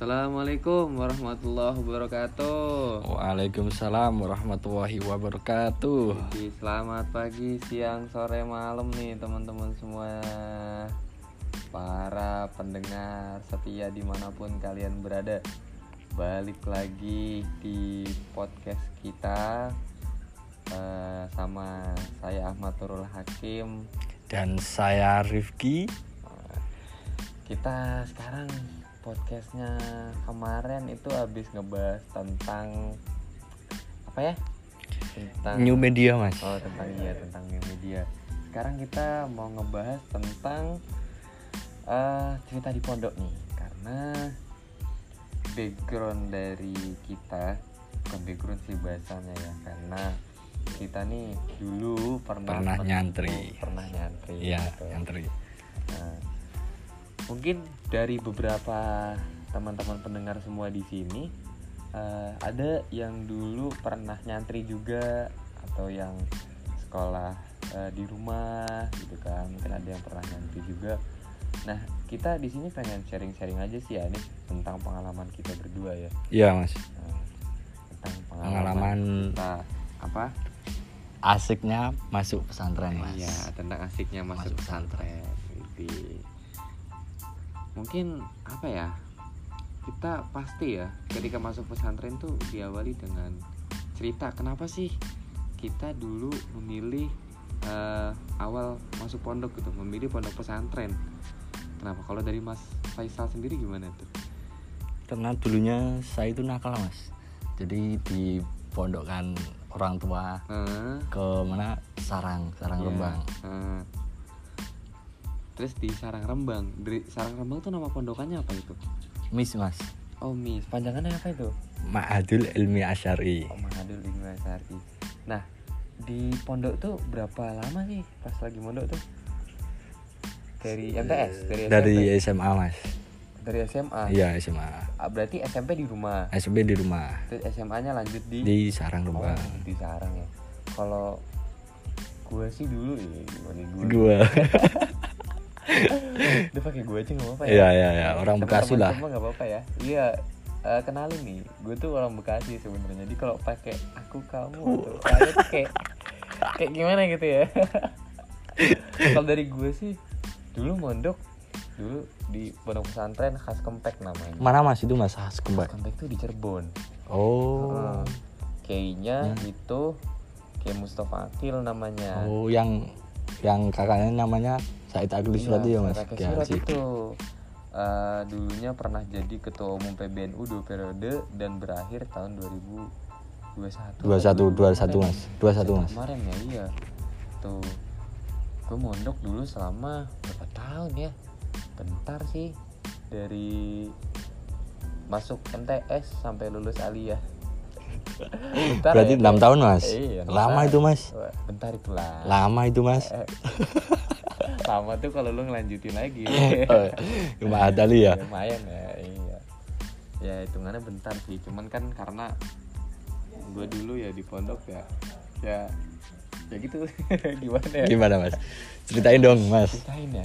Assalamualaikum warahmatullahi wabarakatuh. Waalaikumsalam warahmatullahi wabarakatuh. Jadi selamat pagi, siang, sore, malam nih teman-teman semua, para pendengar setia dimanapun kalian berada. Balik lagi di podcast kita sama saya Ahmad Nurul Hakim Dan saya Rifki. Kita sekarang podcastnya kemarin itu habis ngebahas tentang apa ya? Tentang New media, Mas. Oh, tentang new media. Sekarang kita mau ngebahas tentang cerita di pondok nih, karena background dari kita, bukan background sih bahasanya ya, karena kita nih dulu pernah nyantri. Iya, gitu. nyantri. Nah, mungkin dari beberapa teman-teman pendengar semua di sini ada yang dulu pernah nyantri juga, atau yang sekolah di rumah gitu kan, mungkin ada yang pernah nyantri juga. Nah, kita di sini pengen sharing-sharing aja sih ya, ini tentang pengalaman kita berdua ya. Iya, Mas. Tentang Pengalaman kita apa? Asiknya masuk pesantren, Mas. Iya, tentang asiknya masuk pesantren. Jadi mungkin apa ya, kita pasti ya ketika masuk pesantren tuh diawali dengan cerita kenapa sih kita dulu memilih awal masuk pondok gitu, memilih pondok pesantren. Kenapa? Kalau dari Mas Faisal sendiri gimana tuh? Karena dulunya saya itu nakal, Mas. Jadi di pondokan orang tua ke mana? Sarang Rembang. Terus di Sarang Rembang. Di Sarang Rembang tuh nama pondokannya apa itu? Mis, Mas. Oh, Mis. Panjangannya apa itu? Ma'hadul Ilmi Asy'ari. Oh, Ma'hadul Ilmi Asy'ari. Nah, di pondok tuh berapa lama sih pas lagi mondok tuh? Dari MTS, dari SMA, Mas. Dari SMA? Iya, SMA. Berarti SMP di rumah? SMP di rumah. Terus SMA-nya lanjut di Sarang Rembang. Oh, di Sarang ya. Kalau gue sih dulu ya, Gue. Udah pakai gue aja nggak apa-apa ya? Iya. Orang Bekasi lah. Teman-teman nggak apa-apa ya. Iya. Kenalin nih, gue tuh orang Bekasi sebenarnya. Jadi kalau pakai aku kamu, saya tuh kayak gimana gitu ya. Kalau dari gue sih, dulu mondok di pondok pesantren Khas Kempek namanya. Mana, Mas, itu Mas Khas Kempek? Khas Kempek tuh di Cirebon. Oh. Kiainya itu Kiai Mustafa Akil namanya. Oh, yang kakaknya namanya Said Akil Surati ya, Mas. Said Akil Surati itu dulunya pernah jadi ketua umum PBNU 2 periode dan berakhir tahun 2021 Mas. 21 Mas. Kemarin ya, iya. Tuh. Gue mondok dulu selama berapa tahun ya? Bentar sih, dari masuk MTS sampai lulus aliyah. Bentar. Berarti ya, 6 tahun, Mas. Iya, lama itu, Mas. Bentar itulah. Lama itu, Mas. Lama tuh kalau lu ngelanjutin lagi. Cuma adali ya. Lumayan ya, iya. Ya hitungannya bentar sih, cuman kan karena gue dulu ya di pondok ya gitu. Gimana Mas? Ceritain dong, Mas. Ceritain ya.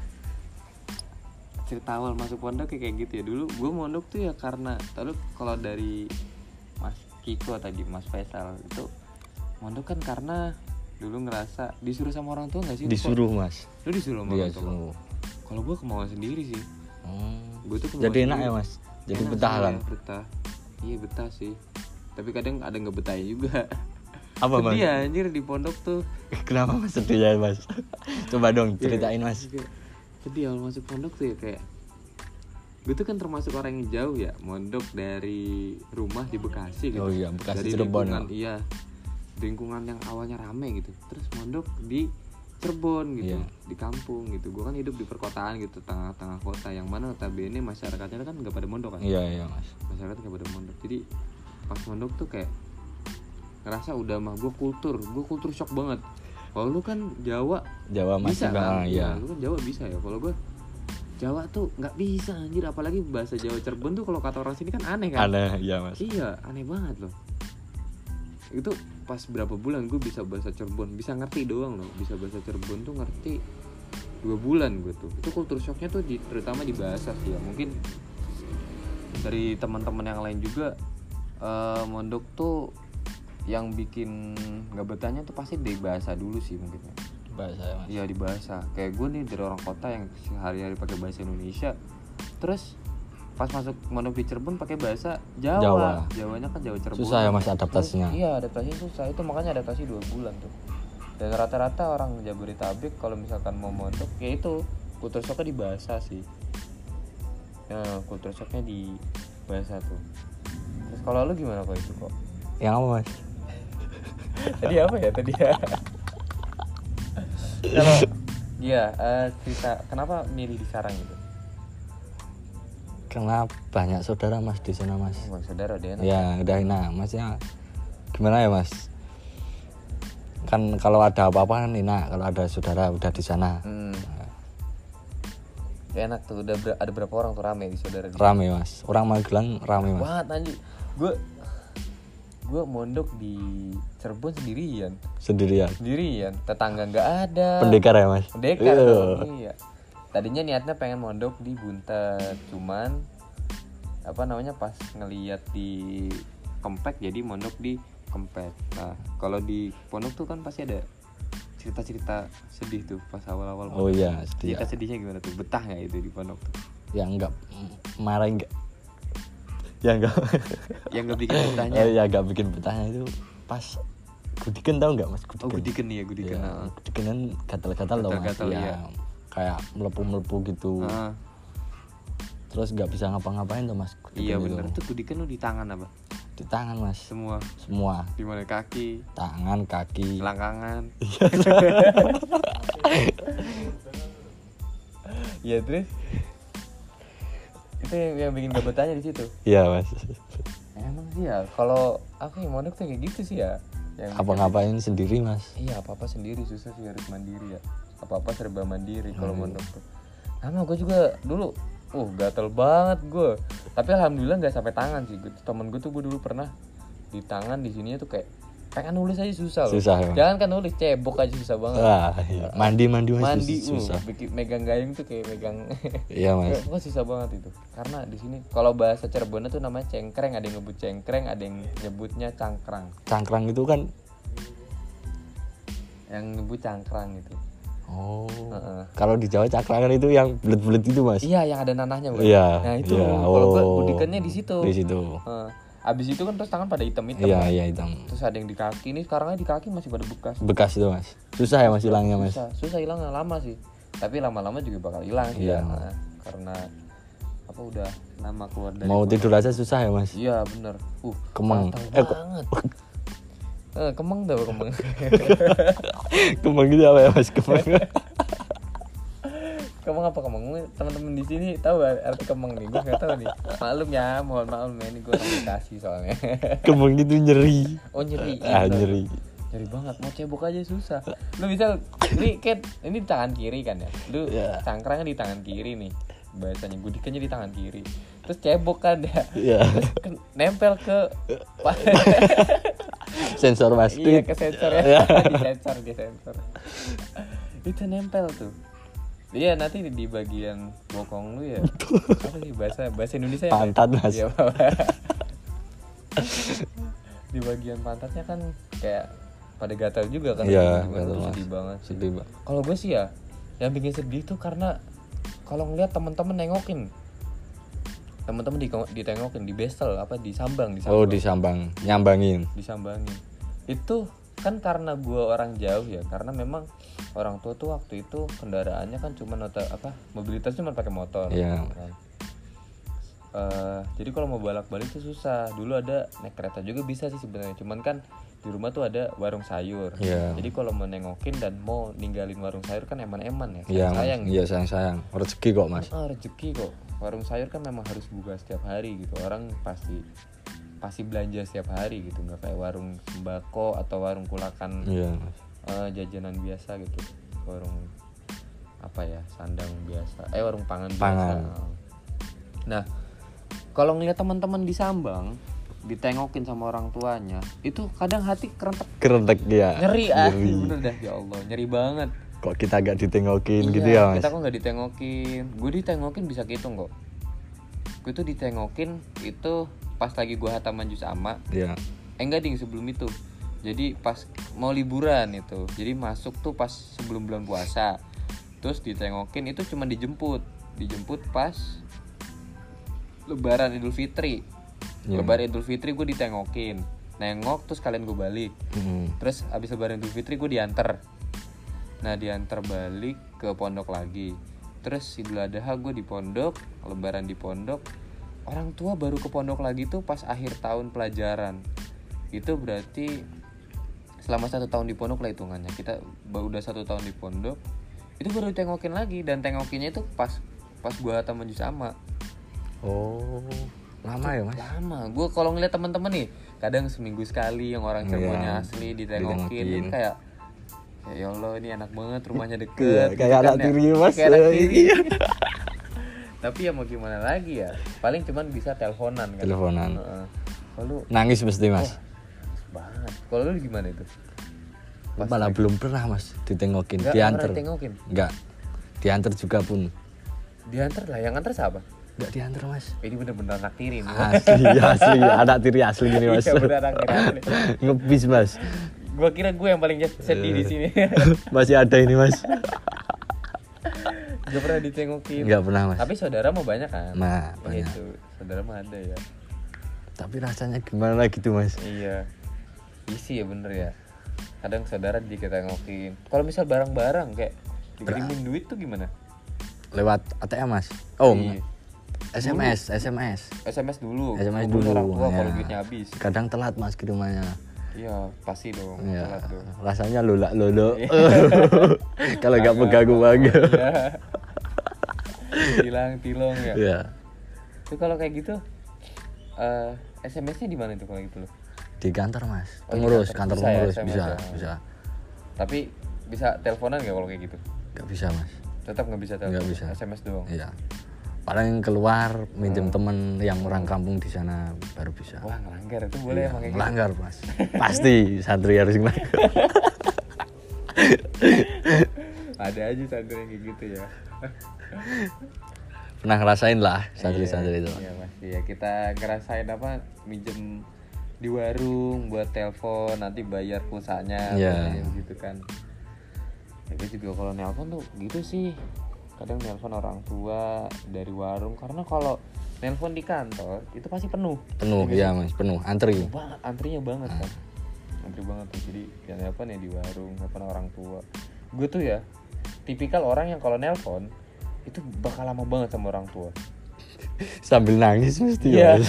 Cerita awal masuk pondok kayak gitu ya. Dulu gue mondok tuh ya karena kalau dari Mas Kiko tadi, Mas Faisal itu mondok kan karena dulu ngerasa disuruh sama orang tua nggak sih? Disuruh, Mas. Lu disuruh sama orang tua? Kalau gue kemauan sendiri sih. Gue tuh jadi enak ya, Mas. Jadi betah kan? Betah. Iya, betah sih. Tapi kadang ada nggak betah juga. Apa, Mas? Sedih anjir di pondok tuh. Kenapa Mas sedih ya, Mas? Coba dong ceritain, Mas. Sedih awal masuk pondok tuh ya, kayak gue tuh kan termasuk orang yang jauh ya, mondok dari rumah di Bekasi gitu. Oh iya, Bekasi dari Cirebon. Iya, lingkungan yang awalnya rame gitu, terus mondok di Cirebon gitu, di kampung gitu. Gue kan hidup di perkotaan gitu, tengah-tengah kota, yang mana notabene masyarakatnya kan nggak pada mondok kan. Iya, Mas. Masyarakat nggak pada mondok, jadi pas mondok tuh kayak ngerasa udah mah gue kultur shock banget. Kalau lu kan Jawa masih bisa kan? Iya. Lu kan Jawa bisa ya. Kalau gue Jawa tuh nggak bisa anjir, apalagi bahasa Jawa Cirebon tuh kalau kata orang sini kan aneh kan? Aneh, iya, Mas. Iya, aneh banget loh. Itu pas berapa bulan gue bisa bahasa Cirebon, bisa ngerti doang loh. Bisa bahasa Cirebon tuh ngerti 2 bulan gue tuh. Itu kultur shocknya tuh terutama di bahasa sih ya. Mungkin dari teman-teman yang lain juga mondok tuh yang bikin nggak betahnya tuh pasti di bahasa dulu sih mungkin ya. Bahasa ya Mas. Iya di bahasa. Kayak gue nih dari orang kota yang sehari-hari pakai bahasa Indonesia, terus pas masuk mondok di Cirebon pakai bahasa Jawa. Jawanya kan Jawa Cirebon. Susah ya Mas adaptasinya. Iya adaptasinya susah, itu makanya adaptasi 2 bulan tuh. Dan rata-rata orang Jabodetabek kalau misalkan mau mondok ya itu kultur shocknya di bahasa sih. Ya kultur shocknya di bahasa tuh. Terus kalau lu gimana kok itu kok? Yang apa Mas? Tadi apa ya tadi ya? Kalau iya cerita kenapa milih di Sarang gitu? Karena banyak saudara Mas di sana Mas. Bang saudara dia enak. Ya udah enak Masnya. Gimana ya Mas? Kan kalau ada apa-apa kan enak kalau ada saudara udah di sana. Enak tuh, udah ada berapa orang tuh rame di saudara di Rame Mas. Orang Magelang rame Mas. Wah anjir. Gue mondok di Cirebon sendirian. Tetangga nggak ada. Pendekar ya Mas. Pendekar dong, iya. Tadinya niatnya pengen mondok di Buntet, cuman pas ngeliat di Kempek jadi mondok di Kempek. Nah kalau di pondok tuh kan pasti ada cerita-cerita sedih tuh pas awal-awal. Oh iya sedih. Cerita sedihnya gimana tuh? Betah nggak itu di pondok tuh? Ya enggak marah enggak. Ya enggak. Yang nggak bikin betahnya? Ya enggak bikin betahnya itu pas Gudiken tahu enggak Mas? Gudiken. Oh Gudiken nih ya Gudiken. Ya, Gudiken kan gatal-gatal loh Mas. Gatal, ya, iya. Kayak melepuh-melepuh gitu. Terus nggak bisa ngapa-ngapain tuh Mas. Gudiken iya bener tuh Gudiken lu di tangan apa? Di tangan Mas. Semua. Di mana kaki? Tangan, kaki. Selangkangan. Iya terus itu yang bikin gak betahnya di situ. Iya Mas. Emang sih ya kalau aku yang mondok tuh kayak gitu sih ya. Apa-ngapain sendiri Mas. Iya apa sendiri susah sih, harus mandiri ya. Apa serba mandiri kalau mondok tuh. Sama gue juga dulu gatel banget gue. Tapi alhamdulillah nggak sampai tangan sih. Temen gue tuh dulu pernah di tangan di sininya tuh kayak pengen nulis aja susah loh. Jangan kan nulis, cebok aja susah banget. Iya. Mandi susah. Megang gayung tuh kayak megang. Iya Mas. Kok susah banget itu. Karena di sini kalau bahasa Cirebon tuh namanya cengkreng, ada yang nyebut cengkreng, ada yang nyebutnya cangkrang. Cangkrang itu kan yang nyebut cangkrang itu. Oh. Kalau di Jawa cangkrangan itu yang bulet-bulet itu Mas. Iya, yang ada nanahnya bukan? Iya. Nah, itu. Iya. Kalau gue Gudikennya di situ. Di situ. Abis itu kan terus tangan pada hitam-hitam. Iya, kan? iya hitam. Terus ada yang di kaki, nih sekarang aja di kaki masih pada bekas. Bekas itu Mas. Susah ya Mas hilangnya Mas. Susah hilangnya, lama sih. Tapi lama-lama juga bakal hilang sih. Iya. Ya. Karena udah lama keluar dari. Mau tidur aja susah ya Mas. Iya, bener. Kemang. Banget. Kemang dah kemang. Kemang itu apa ya Mas? Kemang apa kemang? Teman-teman di sini tahu arti kemang nih? Gue nggak tahu nih. Maklum ya, mohon maklum ya, ini gue kasih soalnya. Kemang itu nyeri. Oh nyeri. Nyeri. Nyeri banget, mau cebok aja susah. Lu misal ini di tangan kiri kan ya. Lu cangkrangnya di tangan kiri nih. Bahasanya Gudikennya di tangan kiri. Terus cebok kan ya. Terus nempel ke sensor Mas. Iya ke sensor ya. di sensor. Itu nempel tuh. Iya nanti di bagian bokong lu ya. Apa sih bahasa Indonesia ya? Pantat Mas. Iya, di bagian pantatnya kan kayak pada gatal juga kan. Iya, sedih banget. Sedih banget. Kalau gue sih ya yang bikin sedih tuh karena kalau ngeliat teman-teman nengokin. Teman-teman ditengokin, di bestel apa disambang. Oh, disambang, nyambangin. Disambangin. Itu kan karena gue orang jauh ya, karena memang orang tua tuh waktu itu kendaraannya kan cuma mobilitas cuma pakai motor. Iya. Kan. Jadi kalau mau balak-balik tuh susah. Dulu ada naik kereta juga bisa sih sebenarnya, cuman kan di rumah tuh ada warung sayur. Iya. Jadi kalau mau nengokin dan mau ninggalin warung sayur kan eman-eman ya. Iya, sayang. Iya sayang. Rezeki kok Mas. Rezeki kok. Warung sayur kan memang harus buka setiap hari gitu. Orang pasti belanja setiap hari gitu, nggak kayak warung sembako atau warung kulakan. Iya. Jajanan biasa gitu. Warung sandang biasa. Warung pangan biasa. Nah, kalau ngeliat teman-teman di Sambang ditengokin sama orang tuanya, itu kadang hati kerentek ya. Nyeri. Bener dah, ya Allah, nyeri banget. Kok kita gak ditengokin gitu ya Mas? Kita kok gak ditengokin. Gue ditengokin bisa kehitung kok. gue tuh ditengokin itu pas lagi gue hataman juz amma. Enggak ding, sebelum itu. Jadi pas mau liburan itu. Jadi masuk tuh pas sebelum bulan puasa. Terus ditengokin itu cuma dijemput pas Lebaran Idul Fitri. Lebaran Idul Fitri gue ditengokin, nengok terus kalian gue balik. Terus abis Lebaran Idul Fitri gue diantar. Nah diantar balik ke pondok lagi. Terus Idul Adha gue di pondok, Lebaran di pondok. Orang tua baru ke pondok lagi tuh pas akhir tahun pelajaran. Itu berarti selama 1 tahun di pondok lah hitungannya. Kita udah 1 tahun di pondok. Itu baru tengokin lagi, dan tengokinnya itu pas gue hataman juz amma. Oh, lama ya mas? Lama. Gue kalau ngeliat teman-teman nih, kadang seminggu sekali yang orang Cirebonnya asli ditengokin. Kayak ya Allah ini enak banget, rumahnya deket. Kayak anak tiri mas. Kayak anak tiri. Tapi ya mau gimana lagi ya? Paling cuman bisa teleponan kan. Kalau nangis mesti mas. Banget. Kalau lu gimana itu? Malah belum pernah mas ditengokin. Diantar. Enggak. Diantar juga pun. Diantar lah, yang antar siapa? Enggak diantar mas. Ini bener-bener anak tiri nih. Asli, anak tiri asli gini mas. Iya bener anak tiri asli. Ngebis mas. Gua kira gue yang paling sedih di sini. Masih ada ini mas. Gak pernah ditengokin. Enggak pernah mas. Tapi saudara mah banyak kan? Nah banyak. Gitu. Saudara mah ada ya. Tapi rasanya gimana gitu mas? Iya. Isi ya bener ya. Kadang saudara ditengokin. Kalau misal barang-barang kayak dikirimin duit tuh gimana? Lewat ATM mas. Oh iya. SMS dulu. Orang tua kalau duitnya habis. Kadang telat mas kirimnya. Iya pasti dong. Ya. Telat dong. Rasanya lolo. Kalau nggak pegang. Tilong ya. Iya. Itu kalau kayak gitu, SMS-nya di mana itu kalau gitu loh? Di kantor mas. Pengurus, kantor pengurus bisa. Tapi bisa teleponan nggak kalau kayak gitu? Nggak bisa mas. Tetap nggak bisa telepon. Nggak bisa. SMS doang. Iya. Paling keluar minjem temen yang orang kampung di sana baru bisa. Wah ngelanggar itu boleh emang kayak gitu? Ngelanggar mas. Pasti santri harus ngelanggar. Ada aja santri yang kayak gitu ya. Pernah ngerasain lah santri-santri itu. Iya pasti ya, kita ngerasain apa, minjem di warung buat telepon, nanti bayar pulsanya gitu kan. Ya gue juga kalau nelpon tuh gitu sih, kadang nelpon orang tua dari warung, karena kalau nelpon di kantor itu pasti penuh ya mas, penuh antri banget, antrinya banget kan, antri banget tuh. Jadi ya nelpon ya di warung, nelpon orang tua. Gue tuh ya tipikal orang yang kalau nelpon itu bakal lama banget sama orang tua. Sambil nangis mesti ya. Mas.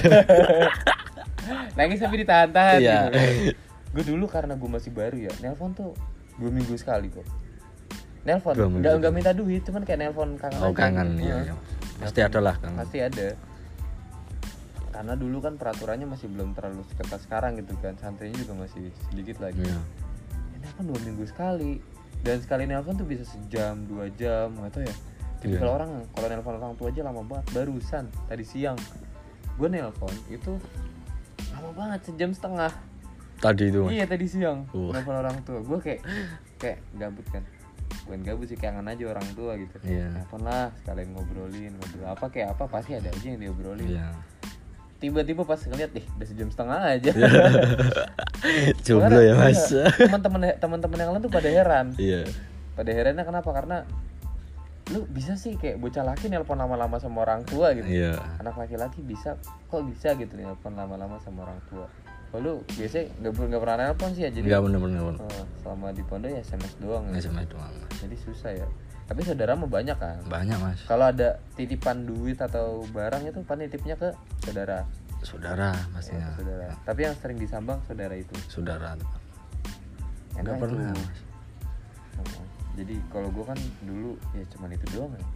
Nangis tapi ditahan-tahan gitu. Gue dulu karena gue masih baru ya, nelpon tuh 2 minggu sekali kok. Nelpon, enggak minta duit, cuman kayak nelpon kangen. Oh kangen gitu. Iya. Pasti ada lah kangen. Pasti ada. Karena dulu kan peraturannya masih belum terlalu ketat sekarang gitu kan, santrinya juga masih sedikit lagi. Ya, nelpon 2 minggu sekali. Dan sekali nelpon tuh bisa sejam, 2 jam, nggak tahu ya. Jadi kalau orang, kalau nelpon orang tua aja lama banget. Barusan tadi siang gue nelpon itu lama banget, 1,5 jam. Tadi itu mas? Iya tadi siang. Nelpon orang tua. Gue kayak gabut kan. Bukan gabut sih, kangen aja orang tua gitu. Nelpon lah, sekalian ngobrol apa kayak apa, pasti ada aja yang diobrolin. Tiba-tiba pas ngeliat udah 1,5 jam aja. Jomblo ya mas. Teman-teman yang lain tuh pada heran. Pada herannya kenapa? Karena lu bisa sih kayak bocah laki nelpon lama-lama sama orang tua gitu. Anak laki-laki bisa, kok bisa gitu nelpon lama-lama sama orang tua. Kalau biasanya nggak pernah nelpon sih ya, jadi nggak bener. Selama di pondok ya SMS doang. SMS doang. Jadi susah ya. Tapi saudara mah banyak kan? Banyak mas. Kalau ada titipan duit atau barang itu pan nitipnya ke saudara. Saudara pastinya. Saudara. Tapi yang sering disambang saudara itu. Saudara. Nggak pernah mas. Jadi kalau gue kan dulu ya cuman itu doang ya.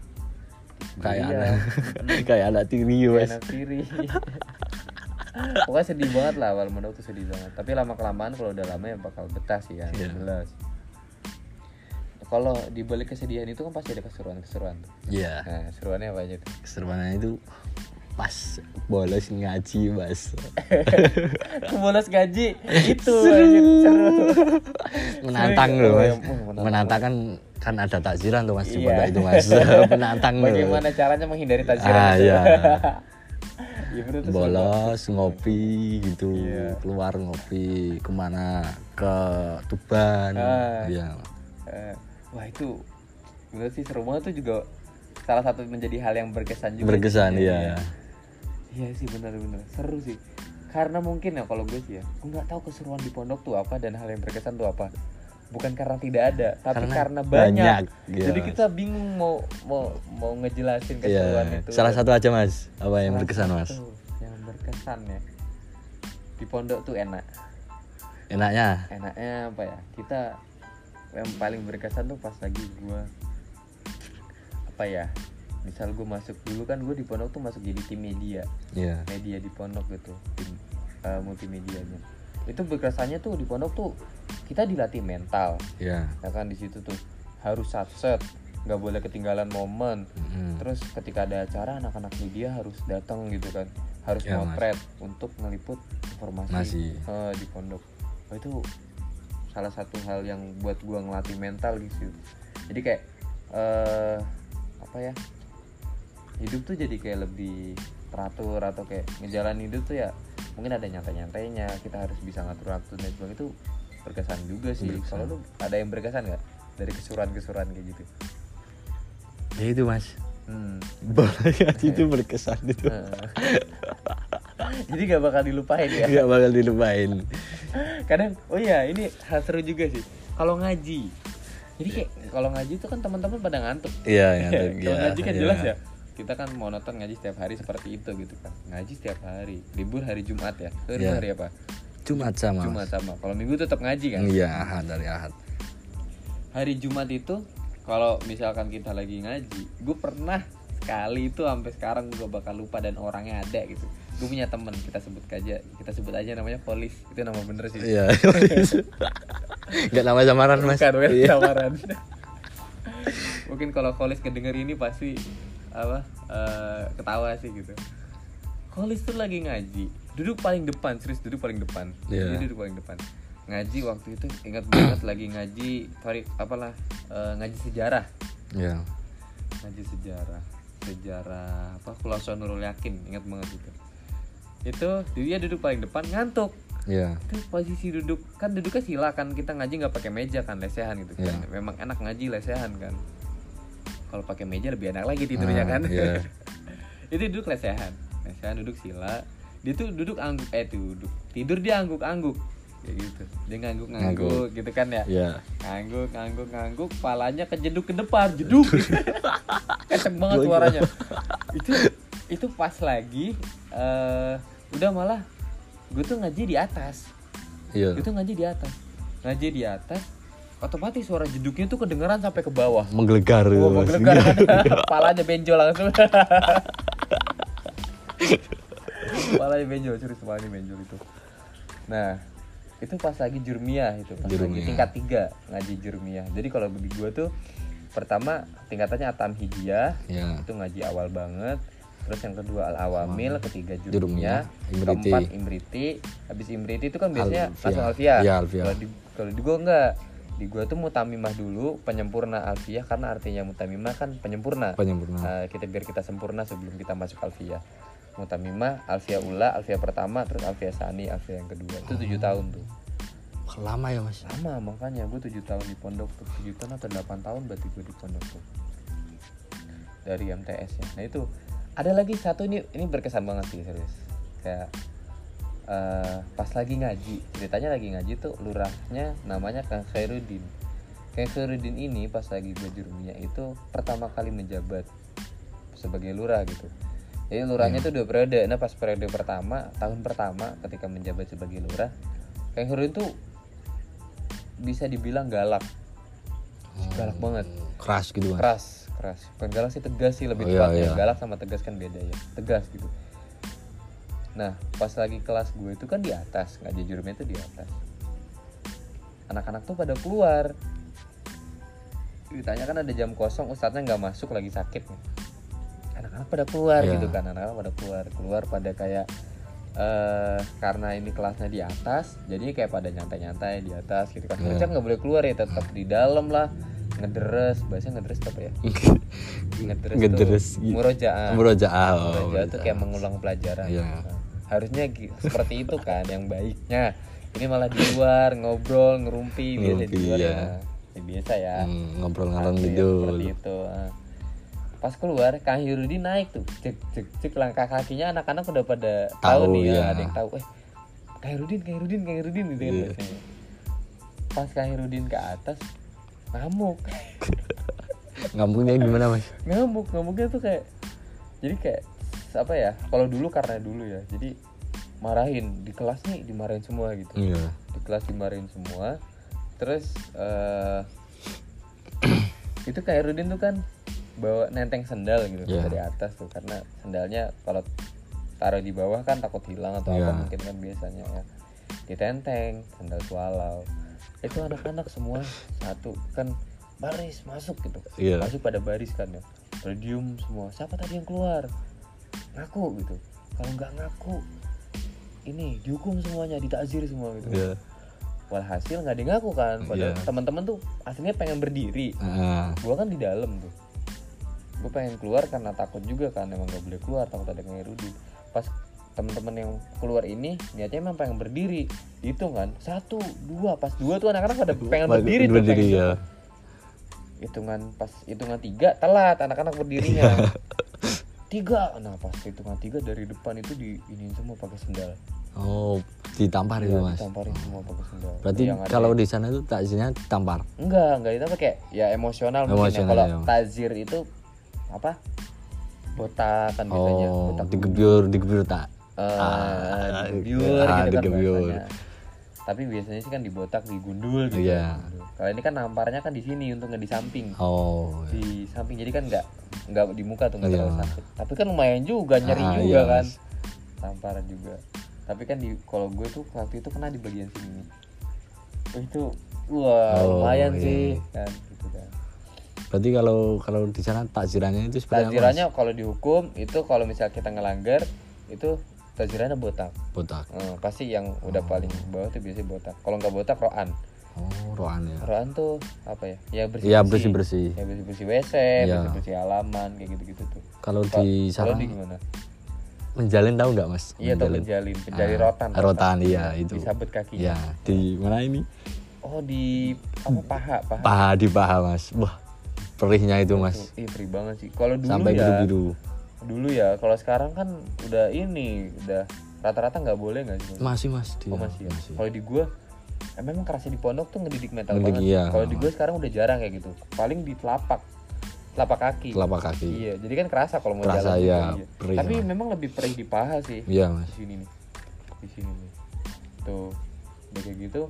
Kayak anak tiri mas. Anak tiri. Pokoknya sedih banget lah, awal mondok tuh sedih banget. Tapi lama kelamaan kalau udah lama ya bakal betah sih ya, jelas. Kalau di balik kesedihan itu kan pasti ada keseruan tuh. Iya. Nah, keseruannya apa aja tuh? Keseruannya itu pas bolos ngaji mas. Bolos ngaji itu seru. Menantang loh mas. Menantang kan ada takziran tuh mas di pondok itu mas. Menantang loh. Bagaimana caranya menghindari takziran itu? Iya. Iya bener tuh. Bolos ngopi gitu, keluar ngopi kemana, ke Tuban. Iya. Wah itu bener sih, seru banget tuh, juga salah satu menjadi hal yang berkesan juga. Berkesan iya. Iya sih benar-benar seru sih. Karena mungkin ya kalau gue sih ya, gue nggak tahu keseruan di pondok tuh apa dan hal yang berkesan tuh apa. Bukan karena tidak ada, tapi karena banyak. Jadi kita bingung mau ngejelasin keseruan itu. Salah satu aja mas, apa yang berkesan mas? Yang berkesan ya, di pondok tuh Enaknya apa ya? Kita yang paling berkesan tuh pas lagi gue apa ya? Misal gue masuk dulu kan, gue di pondok tuh masuk jadi tim media. Media di pondok gitu, tim multimedianya. Itu berkesannya tuh di pondok tuh kita dilatih mental. Ya kan di situ tuh harus satset, nggak boleh ketinggalan momen. Terus ketika ada acara anak-anak media harus datang gitu kan, harus motret untuk ngeliput informasi di pondok. Itu salah satu hal yang buat gue ngelatih mental gitu. Jadi kayak apa ya, hidup tuh jadi kayak lebih teratur, atau kayak ngejalanin hidup tuh ya mungkin ada nyantai-nyantainya, kita harus bisa ngatur waktu dan sebagainya. Itu berkesan juga sih. Kalau lu ada yang berkesan nggak dari kesuruan-kesuruan kayak gitu? Ya itu mas, banget itu berkesan itu. Jadi gak bakal dilupain ya? Gak bakal dilupain. Kadang, oh iya ini hal seru juga sih kalau ngaji. Jadi kayak kalau ngaji itu kan teman-teman pada ngantuk. Iya ngantuk. Kalau ngaji kan jelas ya, kita kan monoton ngaji setiap hari seperti itu gitu kan. Ngaji setiap hari, libur hari Jumat ya. Libur hari apa? Jumat sama. Kalau Minggu tetap ngaji kan? Iya, Ahad, dari Ahad. Hari Jumat itu kalau misalkan kita lagi ngaji, gue pernah sekali itu sampai sekarang gue bakal lupa dan orangnya ada gitu. Gue punya teman, kita sebut aja namanya Polis. Itu nama bener sih. Iya. Enggak nama samaran mas. Bukan samaran. Mungkin kalau Polis kedenger ini pasti ketawa sih gitu. Polis tuh lagi ngaji, duduk paling depan, serius duduk paling depan. Dia duduk paling depan. Ngaji waktu itu ingat banget lagi ngaji ngaji sejarah. Iya. Ngaji sejarah apa, Khulasan Nurul Yakin, ingat banget itu. Itu dia duduk paling depan, ngantuk. Iya. Itu posisi duduk, kan duduknya sila kan, kita ngaji nggak pakai meja kan, lesehan gitu kan. Memang enak ngaji lesehan kan. Kalau pakai meja lebih enak lagi tidurnya kan. Itu duduk lesehan duduk sila. Dia tuh duduk tidur dia angguk-angguk kayak gitu. Dia ngangguk gitu kan ya. Ngangguk, palanya kejeduk ke depan, jeduk. Kenceng banget suaranya. Itu pas lagi udah malah gue tuh ngaji di atas. Itu ngaji di atas. Otomatis suara jeduknya tuh kedengeran sampai ke bawah. Menggelegar. Palanya benjol langsung. Palanya benjol itu. Nah, itu pas lagi jurmiyah itu, lagi tingkat 3 ngaji jurmiyah. Jadi kalau di gua tuh pertama tingkatannya Atam Hijiyah, itu ngaji awal banget. Terus yang kedua Al-Awamil, ketiga jurmiyah, keempat Imriti. Habis Imriti itu kan biasanya langsung Alfiyah. Kalau di gua enggak. Di gua tuh Mutamimah dulu, penyempurna Alfiyah, karena artinya Mutamimah kan penyempurna. Biar kita sempurna sebelum kita masuk Alfiyah. Mutamimah, Alfiyah Ula, Alfiyah pertama, terus Alfiyah Sani, Alfiyah yang kedua. Itu 7 tahun tuh. Lama ya mas? Lama, makanya gue 7 tahun di pondok tuh. 7 tahun atau 8 tahun berarti gue di pondok tuh, dari MTS ya. Nah itu ada lagi satu, ini berkesan banget sih serius. Kayak pas lagi ngaji, ceritanya lagi ngaji tuh lurahnya namanya Kang Khairuddin. Kang Khairuddin ini pas lagi gue jurmiyah itu pertama kali menjabat sebagai lurah gitu. Jadi lurahnya tuh 2 periode. Nah pas periode pertama, tahun pertama ketika menjabat sebagai lurah, Kang Khairuddin tuh bisa dibilang galak. Galak banget. Keras gitu mas? Keras. Bukan galak sih, tegas sih lebih tepatnya. Galak sama tegas kan beda ya. Tegas gitu. Nah pas lagi kelas gue itu kan di atas, ngaji jurmiyah itu di atas. Anak-anak tuh pada keluar. Ditanya kan ada jam kosong, ustadznya gak masuk, lagi sakit nih. Anak-anak pada keluar gitu kan, anak-anak pada keluar pada kayak karena ini kelasnya di atas, jadi kayak pada nyantai-nyantai di atas gitu kan. Mereka nggak boleh keluar ya, tetap di dalam lah. ngederes, bahasa ngederes apa ya? Ngederes tuh murojaah. Murojaah tuh kayak mengulang pelajaran. Iya. Harusnya seperti itu kan yang baiknya. Ini malah di luar ngobrol ngerumpi biasa di luar ya. Biasa ya. Ngobrol ngalor ngidul. Seperti itu. Pas keluar Kang Hirudin naik tuh, cek langkah kakinya anak-anak udah pada tahu nih ya. Ada yang tahu, Kang Hirudin gitu kan biasanya. Pas Kang Hirudin ke atas ngamuk. Ngamuknya gimana mas? Ngamuknya tuh kayak, jadi kayak apa ya? Kalau dulu karena dulu ya, jadi marahin di kelas nih, dimarahin semua gitu. Iya. Di kelas dimarahin semua. Terus itu Kang Hirudin tuh kan bawa nenteng sendal gitu dari atas tuh, karena sendalnya kalau taruh di bawah kan takut hilang atau apa mungkin kan biasanya ya. Ditenteng sendal swallow. Itu anak-anak semua satu kan baris masuk gitu. Masuk pada baris kan ya. Diem semua. Siapa tadi yang keluar? Ngaku gitu. Kalau nggak ngaku ini dihukum semuanya, ditakzir semua gitu. Walhasil nggak ada yang ngaku kan. Padahal teman-teman tuh aslinya pengen berdiri. Gua kan di dalam tuh. Gue pengen keluar karena takut juga kan, emang gak boleh keluar, takut ada Kang Hirudin. Pas teman-teman yang keluar ini niatnya emang pengen berdiri, dihitung kan 1, 2, pas 2 tuh anak-anak pada pengen berdiri tuh pengen hitungan 3 telat anak-anak berdirinya. 3, nah pas hitungan 3 dari depan itu diinin semua pakai sendal. Oh, ditampar itu mas? Ditamparin semua pakai sendal. Berarti kalau di sana itu takzirnya ditampar? Enggak itu apa kayak ya emosional mungkin ya. Kalau takzir itu apa? Botak kan biasanya. Botak digebyur tak? Digebyur gitu kan biasanya. Tapi biasanya sih kan dibotak, digundul gitu. Kalau ini kan namparnya kan di sini, untuk nggak di samping. Di samping, jadi kan nggak di muka tuh, nggak terlalu sakit. Tapi kan lumayan juga, nyeri juga kan. Tamparan juga. Tapi kan kalau gue tuh waktu itu kena di bagian sini. Itu lumayan sih kan gitu kan. Berarti kalau di sana takzirannya itu seperti apa? Takzirannya kalau dihukum itu kalau misal kita ngelanggar itu takzirannya botak. Pasti yang udah paling bawah tuh biasanya botak. Kalau nggak botak roan. Roan ya. Roan tuh apa ya? Ya bersih-bersih. Ya bersih-bersih WC, bersih-bersih halaman kayak gitu-gitu tuh. Kalau di sana gimana? Menjalin tahu nggak mas? Iya tahu menjalin rotan. Rotan iya itu. Disabet kakinya. Iya. Di mana ini? Oh di apa paha. Di paha mas. Wah perihnya itu mas. Perih banget sih. Kalau dulu sampai biru-biru. Dulu ya. Kalau sekarang kan udah rata-rata nggak boleh nggak sih? Masih mas. Masih. Kalau di gua memang kerasnya di pondok tuh ngedidik mental banget. Kalau di gua sekarang udah jarang kayak gitu. Paling di telapak kaki. Iya, jadi kan kerasa kalau mau jalan. Ya, tapi memang lebih perih di paha sih. Iya mas. Di sini nih. Tuh, udah kayak gitu.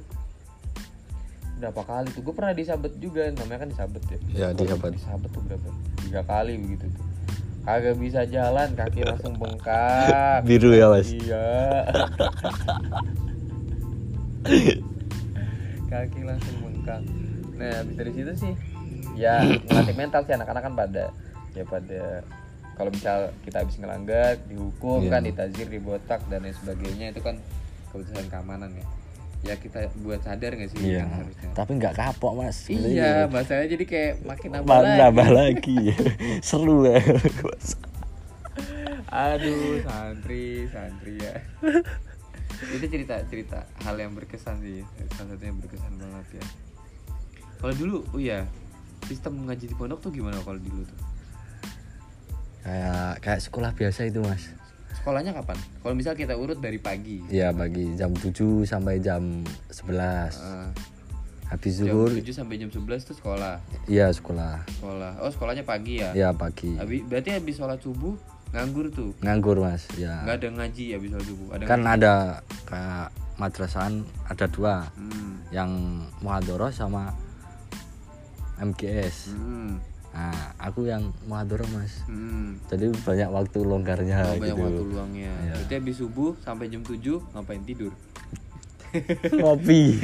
Berapa kali tuh? Gue pernah disabet juga, namanya kan disabet ya. Iya disabet. Disabet tuh berapa? 3 kali begitu tuh. Kagak bisa jalan, kaki langsung bengkak. Biru ya mas. Iya. Kaki langsung bengkak. Nah habis dari situ sih ya ngelatih mental sih, anak-anak kan pada kalau misal kita habis ngelanggar dihukum kan, ditazir, dibotak dan lain sebagainya, itu kan keputusan keamanan ya kita buat sadar nggak sih kan harusnya. Tapi nggak kapok mas. Iya bahasanya jadi kayak makin nambah lagi. Seru ya. Aduh santri ya. Itu cerita hal yang berkesan sih, salah satunya berkesan banget ya. Kalau dulu sistem ngaji di pondok tuh gimana kalau dulu tuh? Kayak sekolah biasa itu mas. Sekolahnya kapan? Kalau misal kita urut dari pagi. Iya pagi, jam 7 sampai jam 11. Habis zuhur. Jam 7 sampai jam 11 tuh sekolah. Iya sekolah. Oh sekolahnya pagi ya? Iya pagi. Berarti habis sholat subuh nganggur tuh? Nganggur mas, ya. Nggak ada ngaji habis sholat subuh? Kan ngaji? Ada kayak madrasahan ada 2. Yang muhadharah sama MGS. Nah, aku yang muhadharah mas. Jadi banyak waktu longgarnya banyak gitu. Waktu luangnya. Ya. Berarti habis subuh sampai jam 7 ngapain tidur? Ngopi.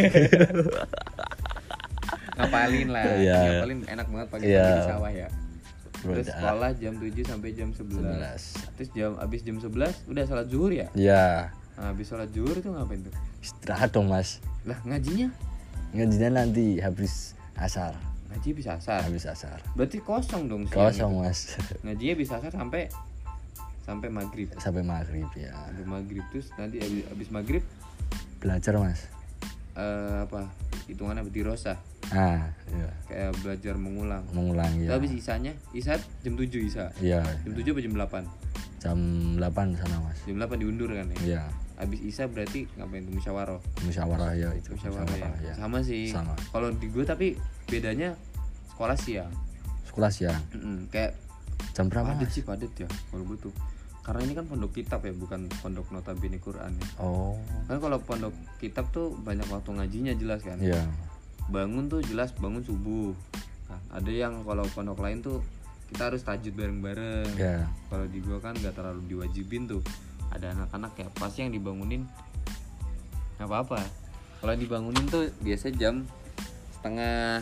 Ngapalin lah. Ngapalin enak banget pagi-pagi di sawah ya. Terus sekolah jam 7 sampai jam 11. Terus habis jam 11 udah salat zuhur ya? Iya. Nah, habis salat zuhur itu ngapain tuh? Istirahat dong mas. Lah ngajinya? Ngajinya nanti habis asar. Ngaji habis asar. Habis asar. Berarti kosong dong siang. Kosong itu. Mas. Ngaji habis asar sampai maghrib. Sampai maghrib ya. Sampai maghrib terus nanti habis maghrib belajar Mas. Apa? Hitungannya dirosah. Iya. Kayak belajar mengulang ya. Habis isanya, jam 7 isa. Iya. Jam 7 apa jam 8? Jam 8 sana Mas. Jam 8 diundur kan ya? Iya. Habis isa berarti ngapain tuh musyawarah ya itu. Musyawarah ya. Sama sih. Sama. Kalau di gue tapi bedanya sekolah siang. Kayak jam berapa? Padet ya kalau gue tuh. Karena ini kan pondok kitab ya, bukan pondok notabene Quran ya. Kan kalau pondok kitab tuh banyak waktu ngajinya jelas kan. Iya. Bangun tuh jelas bangun subuh. Nah, ada yang kalau pondok lain tuh kita harus tahajud bareng-bareng. Iya. Kalau di gua kan nggak terlalu diwajibin tuh. Ada anak-anak ya pasti yang dibangunin nggak apa-apa. Kalau dibangunin tuh biasa jam setengah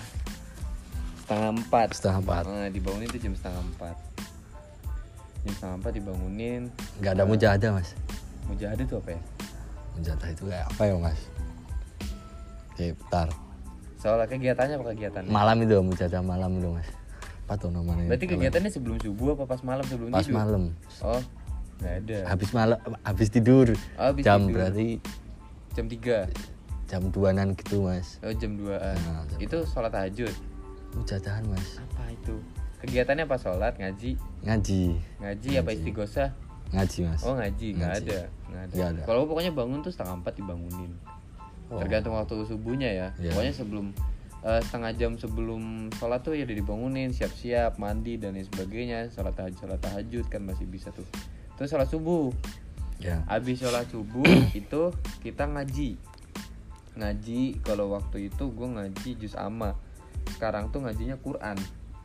4. Nah, dibangunin tuh jam setengah 4. Jam setengah 4 dibangunin. Nggak ada mujahadah Mas. Mujahadah tuh apa ya? Mujahadah itu kayak apa ya Mas? Bentar. Soalnya kegiatannya apa kegiatannya? Malam itu mujahadah malam itu Mas. Apa tuh namanya? Berarti kegiatannya sebelum subuh apa pas malam sebelum tidur? Pas malam. Oh, nggak ada. Habis tidur. Jam tidur. Berarti jam 3. Jam 2-an gitu Mas. Oh, jam 2-an. Nah, itu sholat tahajud. Mujadahan Mas. Apa itu? Kegiatannya apa? Sholat, ngaji apa istighosah? Ngaji Mas. Oh, ngaji. Nggak ada. Kalau pokoknya bangun tuh setengah 4 dibangunin. Tergantung waktu subuhnya ya. Pokoknya sebelum setengah jam sebelum sholat tuh ya udah dibangunin, siap-siap mandi dan lain sebagainya. Sholat tahajud kan masih bisa tuh. Terus sholat subuh. Habis sholat subuh itu kita ngaji. Kalau waktu itu gue ngaji juz amma. Sekarang tuh ngajinya Quran.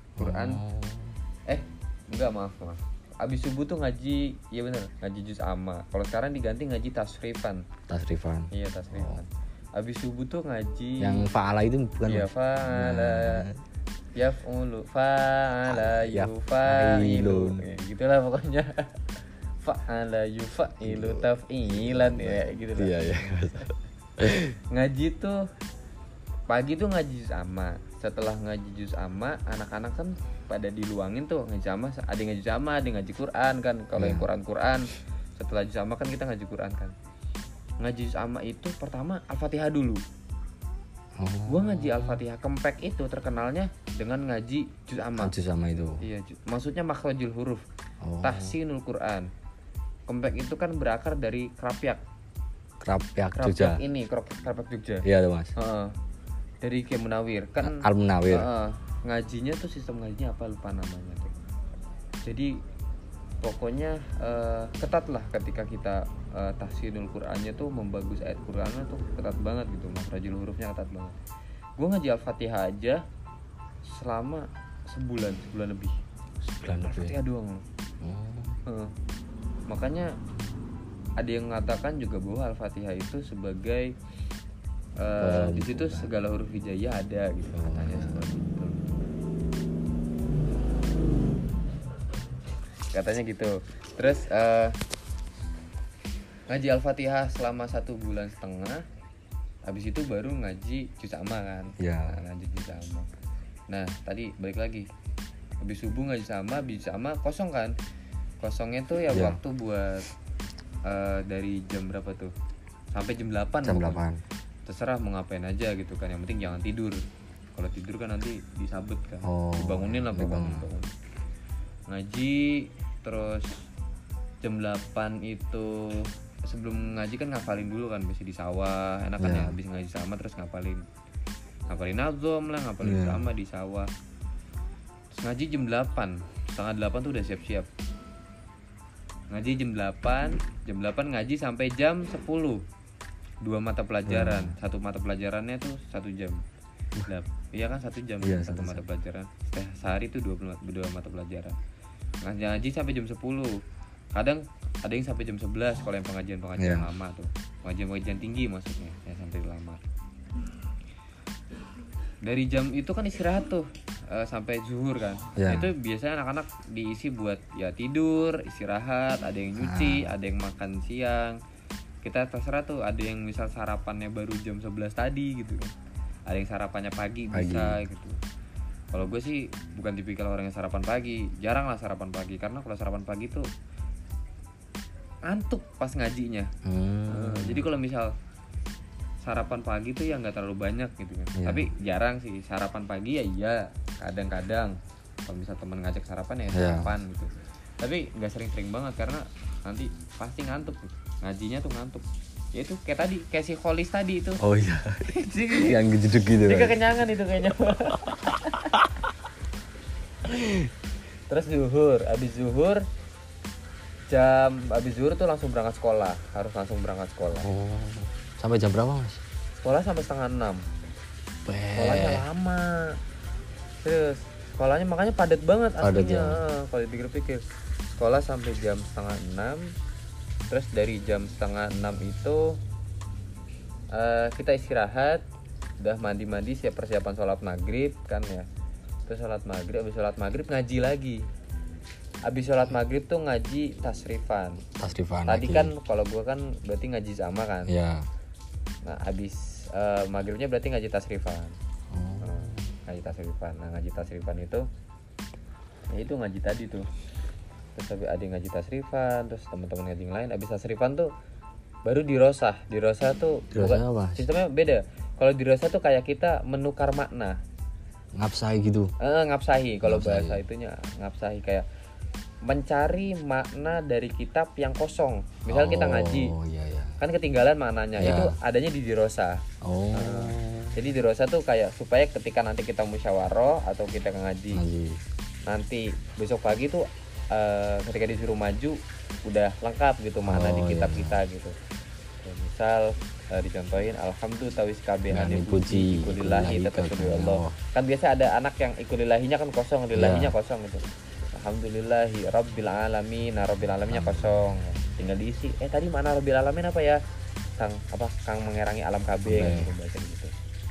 Enggak, maaf. Abis subuh tuh ngaji, iya bener, ngaji juz amma. Kalau sekarang diganti ngaji tasrifan. Iya, tasrifan. Abis subuh tuh ngaji yang fa'ala itu bukan? Iya, fa'ala yaf'ulu fa'ala yufa'ilu. Ya, gitulah pokoknya. Fa'ala yufa'ilu taf'ilan ya gitu lah. Iya. Ngaji tuh pagi tuh ngaji juz amma. Setelah ngaji juz amma, anak-anak kan pada diluangin tuh ngaji amma, ada yang ngaji juz amma, ada yang ngaji Quran kan. Kalau yang Quran setelah juz amma kan kita ngaji Quran kan. Ngaji juz amma itu pertama Al-Fatihah dulu. Gua ngaji Al-Fatihah kempek itu terkenalnya dengan ngaji juz amma. Juz amma itu. Iya, maksudnya makhrajul huruf. Tahsinul Quran. Kempek itu kan berakar dari krapyak Jogja. Ini krapyak Jogja. Iya tuh Mas. Dari Kiai Munawir kan Al-Munawir. Ngajinya tuh sistem ngajinya apa lupa namanya tuh. Jadi pokoknya ketat lah ketika kita tahsinul Qur'annya tuh membagus ayat Qur'annya tuh ketat banget gitu, makhrajul hurufnya ketat banget. Gue ngaji Al-Fatihah aja selama sebulan lebih. Al-Fatihah doang. Makanya ada yang mengatakan juga bahwa Al-Fatihah itu sebagai di situ segala huruf hijaiyah ada gitu katanya seperti itu. Katanya gitu. Terus ngaji Al-Fatihah selama 1,5 bulan. Habis itu baru ngaji juz amma kan. Ngaji juz amma. Nah, tadi balik lagi. Habis subuh ngaji sama, habis sama kosong kan. Kosongnya tuh ya waktu buat dari jam berapa tuh? Sampai jam 8. Jam 8. Terserah mau ngapain aja gitu kan, yang penting jangan tidur. Kalau tidur kan nanti disabet kan. Dibangunin lah bangun. Ngaji terus jam 8 itu sebelum ngaji kan ngafalin dulu kan, biasa di sawah. Enak kan ya habis ngaji sama terus ngafalin nazom lah, ngafalin sama di sawah. Terus ngaji jam 8, setengah 8 tuh udah siap-siap. Ngaji jam 8 ngaji sampai jam 10. 2 mata pelajaran, satu mata pelajarannya tuh 1 jam. Iya kan 1 jam, satu mata pelajaran. Sehari tuh 2 mata pelajaran. Ngaji sampai jam 10. Kadang ada yang sampai jam 11 kalau yang pengajian lama tuh. Pengajian tinggi maksudnya, ya sampai lama. Dari jam itu kan istirahat tuh sampai zuhur kan. Itu biasanya anak-anak diisi buat ya tidur, istirahat, ada yang nyuci, ada yang makan siang. Kita terserah tuh, ada yang misal sarapannya baru jam 11 tadi gitu kan. Ada yang sarapannya pagi bisa gitu. Kalau gue sih bukan tipikal orang yang sarapan pagi, jarang lah sarapan pagi, karena kalau sarapan pagi tuh ngantuk pas ngajinya. Jadi kalau misal sarapan pagi tuh ya nggak terlalu banyak gitu kan. Tapi jarang sih sarapan pagi ya, iya kadang-kadang kalau misal temen ngajak sarapan ya sarapan gitu. Tapi nggak sering-sering banget karena nanti pasti ngantuk tuh. Ngajinya tuh ngantuk. Ya itu kayak tadi, kayak si Kholis tadi itu. Oh iya. Yang geduk gitu. Dia kekenyangan itu kayaknya. Terus abis zuhur tuh langsung berangkat sekolah, harus langsung berangkat sekolah. Sampai jam berapa Mas? Sekolah sampai 5:30. Sekolahnya lama. Terus sekolahnya makanya padat banget aslinya. Kalau dipikir-pikir, sekolah sampai jam 5:30. Terus dari jam 5:30 itu kita istirahat, udah mandi-mandi, siap persiapan sholat maghrib kan ya. Terus sholat maghrib, habis sholat maghrib ngaji lagi. Habis sholat maghrib tuh ngaji tasrifan. Tadi lagi. Kan kalau gue kan berarti ngaji sama kan. Iya. Nah habis maghribnya berarti ngaji tasrifan. Ngaji tasrifan. Nah ngaji tasrifan itu, ya itu ngaji tadi tuh. Terus ada yang ngaji tasrifan, terus teman-teman ngaji yang lain. Habis tasrifan tuh baru dirosah. Dirosah tuh apa? Sistemnya beda. Kalau dirosah tuh kayak kita menukar makna. Ngapsahi gitu. Ngapsahi kalau bahasa itunya ngapsahi, kayak mencari makna dari kitab yang kosong. Misal kita ngaji, kan ketinggalan maknanya, itu adanya di dirosah. Jadi dirosah tuh kayak supaya ketika nanti kita musyawarah atau kita ngaji, nanti besok pagi tuh ketika disuruh maju udah lengkap gitu makna di kitab kita gitu. Misal dicontohin alhamdulillah tawis kabehane puji ikulillahi tetap Allah. Kan biasa ada anak yang ikulillahinya kan kosong, lillahinya kosong gitu. Alhamdulillahi rabbil alamin. Nah rabbil alaminnya kosong, tinggal diisi. Tadi mana rabbil alamin apa ya? Kang mengerangi alam kabeh gitu bahasa gitu.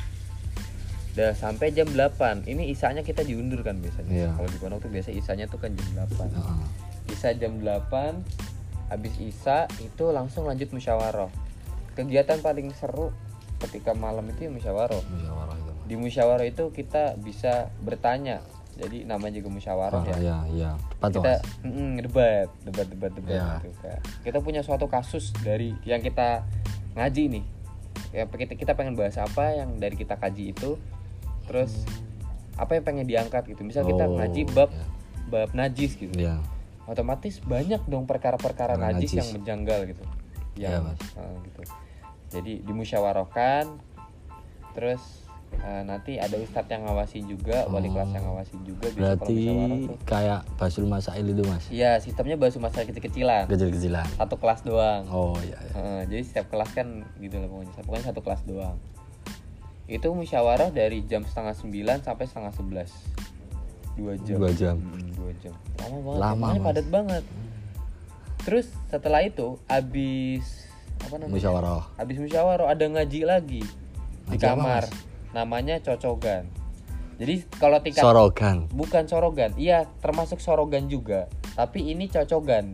Udah sampai jam 8. Ini isanya kita diundur kan biasanya. Kalau di pondok tuh biasa isanya tuh kan jam 8. Isa jam 8. Habis isa itu langsung lanjut musyawarah. Kegiatan paling seru ketika malam itu ya musyawarah. Di musyawarah itu kita bisa bertanya. Jadi namanya juga musyawarah Iya. Kita debat gitu kan. Kita punya suatu kasus dari yang kita ngaji nih. Ya kita pengen bahas apa yang dari kita kaji itu. Terus apa yang pengen diangkat gitu. Misal kita ngaji bab najis gitu. Iya. Otomatis banyak dong perkara-perkara najis yang menjanggal gitu. Gitu. Jadi dimusyawarahkan, terus nanti ada ustadz yang ngawasin juga, wali kelas yang ngawasin juga. Berarti kayak basul masail itu Mas? Iya, sistemnya basul masail kecil-kecilan. Satu kelas doang. Jadi setiap kelas kan gitu lah pokoknya satu kelas doang. Itu musyawarah dari jam 8:30 sampai 10:30. 2 jam. 2 jam. Lama banget. Padat banget. Terus setelah itu habis musyawarah ada ngaji lagi di kamar. Namanya cocogan. Jadi kalau tingkat sorogan. Bukan sorogan. Iya, termasuk sorogan juga. Tapi ini cocogan.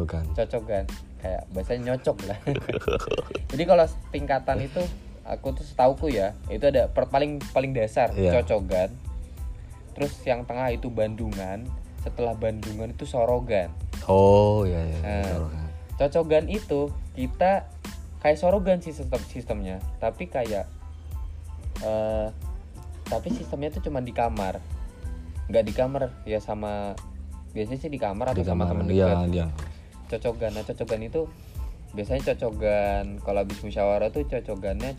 Kayak bahasanya nyocok lah. Jadi kalau tingkatan itu aku tuh setauku ya, itu ada paling dasar cocogan. Terus yang tengah itu bandungan, setelah bandungan itu sorogan. Cocogan itu kita kayak sorogan sih sistemnya, tapi kayak tapi sistemnya itu cuma di kamar, nggak di kamar ya, sama biasanya sih di kamar atau sama teman dekat. Cocogan, nah cocogan itu biasanya cocogan kalau habis musyawarah tuh cocogan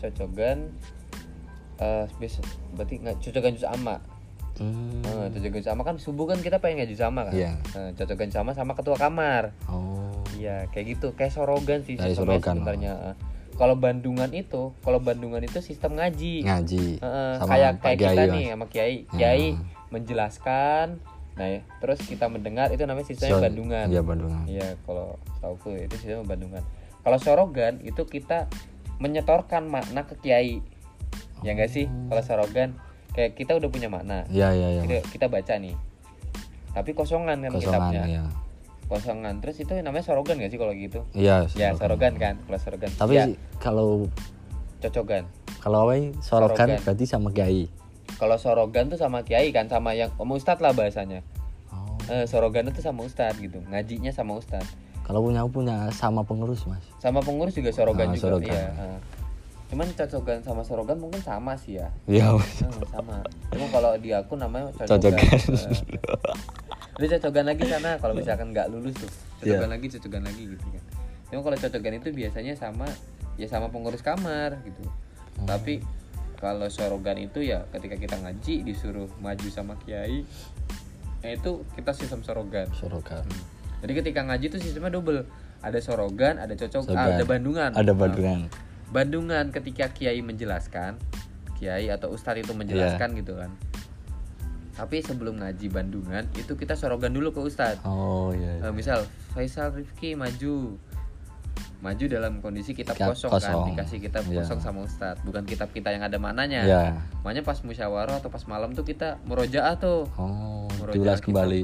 berarti nggak cocogan juz amma. Cocogan sama kan subuh kan kita pengen ngaji sama kan. Cocogan sama ketua kamar. Iya kayak gitu, kayak sorogan sih sebenarnya. Kalau bandungan itu sistem ngaji. Kayak kita nih sama kiai menjelaskan. Nah ya, terus kita mendengar, itu namanya sistemnya bandungan. Iya kalau tauku itu sistemnya bandungan. Kalau sorogan itu kita menyetorkan makna ke kiai. Ya enggak sih? Kalau sorogan kayak kita udah punya makna. Kita baca nih. Tapi kosongan kan kitabnya. Kosongan. Terus itu namanya sorogan enggak sih kalau gitu? Iya. Ya, sorogan kan, kalau sorogan. Tapi kalau cocogan. Kalau sorogan berarti sama kiai. Kalau sorogan tuh sama kiai kan, sama yang ustadz lah bahasanya. Sorogan itu sama ustadz gitu, ngajinya sama ustadz. Kalau punya sama pengurus mas. Sama pengurus juga sorogan juga. Sorogan. Iya. Cuman cocogan sama sorogan mungkin sama sih ya. Iya. Sama. Cuma kalau di aku namanya cocogan. Lu cocogan lagi sana kalau misalkan nggak lulus tuh. Cocogan lagi gitu kan. Cuma kalau cocogan itu biasanya sama pengurus kamar gitu. Tapi kalau sorogan itu ya ketika kita ngaji disuruh maju sama kiai, itu kita sistem sorogan. Jadi ketika ngaji itu sistemnya double. Ada sorogan, ada ada bandungan. Bandungan ketika kiai menjelaskan, kiai atau ustadz itu menjelaskan gitu kan. Tapi sebelum ngaji bandungan itu kita sorogan dulu ke ustadz. Misal Faisal Rifki maju dalam kondisi kitab kosong kan, dikasih kitab kosong sama ustadz, bukan kitab kita yang ada maknanya. Makanya pas musyawarah atau pas malam tuh kita murojaah tuh. Diulas kembali.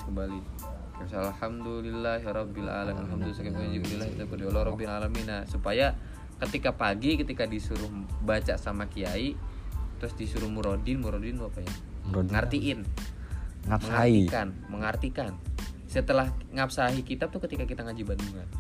Alhamdulillahirabbil alamin. Alhamdulillah supaya ketika pagi ketika disuruh baca sama kiai terus disuruh murodin apa ya? Ngartiin. Mengartikan. Setelah ngapsahi kitab tuh ketika kita ngaji bandungan.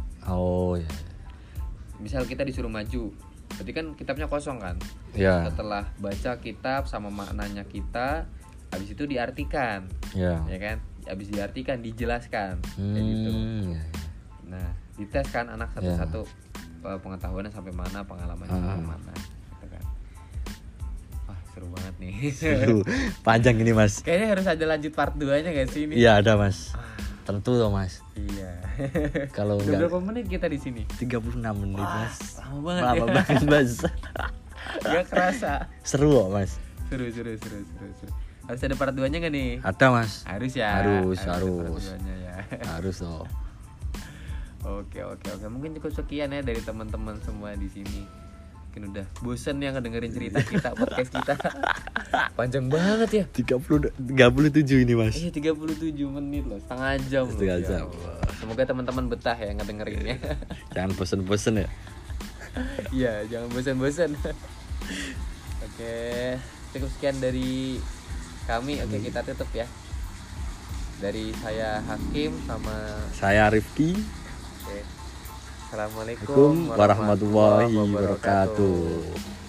Misal kita disuruh maju, berarti kan kitabnya kosong kan. Setelah baca kitab sama maknanya kita, habis itu diartikan. Ya kan? Habis diartikan dijelaskan kayak gitu. Nah, dites kan anak satu-satu pengetahuannya sampai mana, pengalamannya sampai mana gitu kan. Wah, seru banget nih. Seru. Panjang ini, Mas. Kayaknya harus ada lanjut part 2-nya enggak sih ini? Iya, ada, Mas. Tentu loh, Mas. Iya. Kalau berapa menit kita di sini? 36 menit, Mas. Lama banget, Mas. Gak kerasa. Seru kok, Mas. Seru. Harus ada part 2-nya enggak nih? Ada, Mas. Harus ya. Harus. Ya. Harus loh. Oke. Mungkin cukup sekian ya dari teman-teman semua di sini. Mungkin udah bosen ya ngedengerin cerita kita, podcast kita. Panjang banget ya. 37 ini, Mas. Iya, 37 menit loh, setengah jam. Semoga teman-teman betah ya ngedengerinnya. Jangan bosen-bosen ya. Iya, jangan bosen-bosen. Oke, cukup sekian dari kami. Oke, kita tutup ya. Dari saya Hakim sama saya Rifki. Oke. Assalamualaikum warahmatullahi wabarakatuh.